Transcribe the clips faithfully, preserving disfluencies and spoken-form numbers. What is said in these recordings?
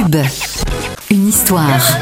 tube, une histoire.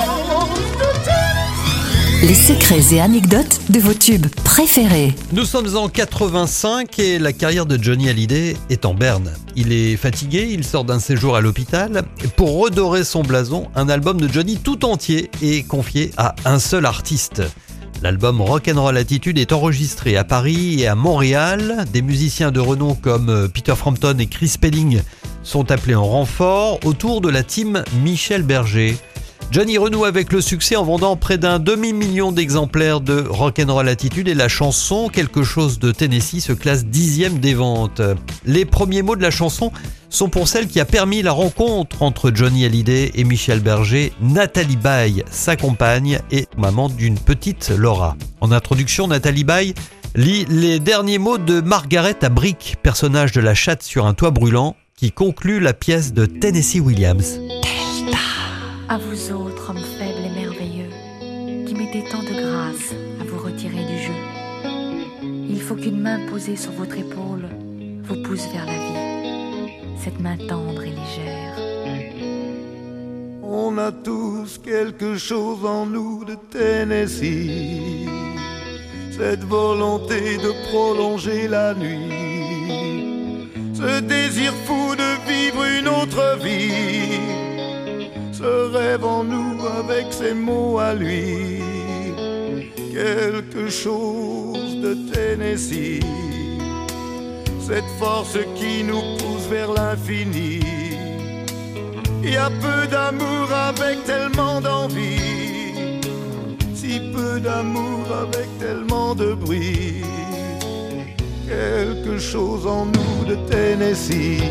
Les secrets et anecdotes de vos tubes préférés. Nous sommes en quatre-vingt-cinq et la carrière de Johnny Hallyday est en berne. Il est fatigué, il sort d'un séjour à l'hôpital. Pour redorer son blason, un album de Johnny tout entier est confié à un seul artiste. L'album Rock'n'Roll Attitude est enregistré à Paris et à Montréal. Des musiciens de renom comme Peter Frampton et Chris Spedding sont appelés en renfort autour de la team Michel Berger. Johnny renoue avec le succès en vendant près d'un demi-million d'exemplaires de Rock'n'Roll Attitude et la chanson Quelque chose de Tennessee se classe dixième des ventes. Les premiers mots de la chanson sont pour celle qui a permis la rencontre entre Johnny Hallyday et Michel Berger, Nathalie Baye, sa compagne et maman d'une petite Laura. En introduction, Nathalie Baye lit les derniers mots de Margaret à Brick, personnage de La chatte sur un toit brûlant, qui conclut la pièce de Tennessee Williams. À vous autres, hommes faibles et merveilleux, qui mettez tant de grâce à vous retirer du jeu. Il faut qu'une main posée sur votre épaule vous pousse vers la vie, cette main tendre et légère. On a tous quelque chose en nous de Tennessee, cette volonté de prolonger la nuit, ce désir fou de vivre une autre vie. Ce rêve en nous avec ses mots à lui, quelque chose de Tennessee, cette force qui nous pousse vers l'infini. Il y a peu d'amour avec tellement d'envie, si peu d'amour avec tellement de bruit, quelque chose en nous de Tennessee.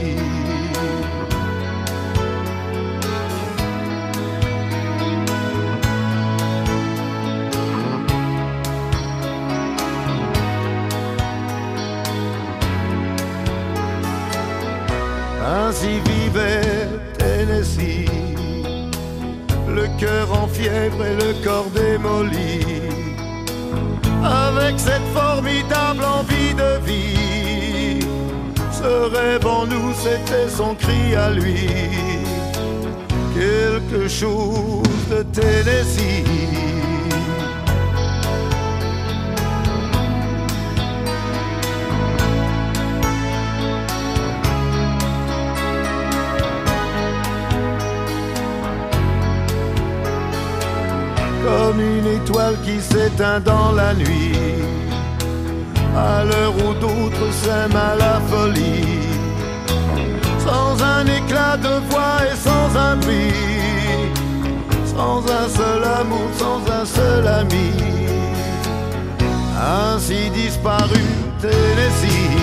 Ainsi vivait Tennessee, le cœur en fièvre et le corps démoli, avec cette formidable envie de vie. Ce rêve en nous, c'était son cri à lui, quelque chose de Tennessee. Comme une étoile qui s'éteint dans la nuit, à l'heure où d'autres s'aiment à la folie, sans un éclat de voix et sans un bruit, sans un seul amour, sans un seul ami, ainsi disparu Tennessee.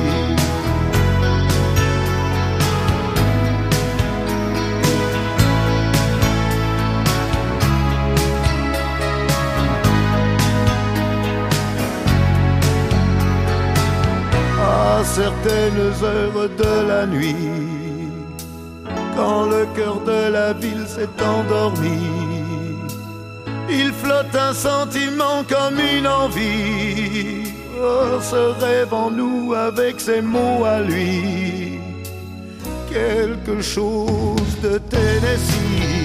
À certaines heures de la nuit, quand le cœur de la ville s'est endormi, il flotte un sentiment comme une envie. Oh, ce rêve en nous avec ses mots à lui, quelque chose de Tennessee.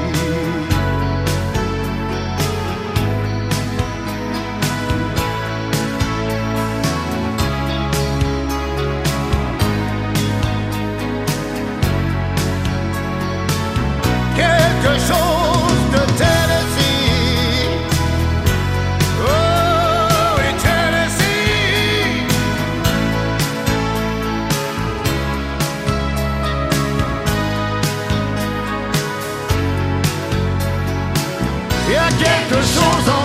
Quelque chose de Tennessee, oh oui Tennessee. Il y a quelque chose en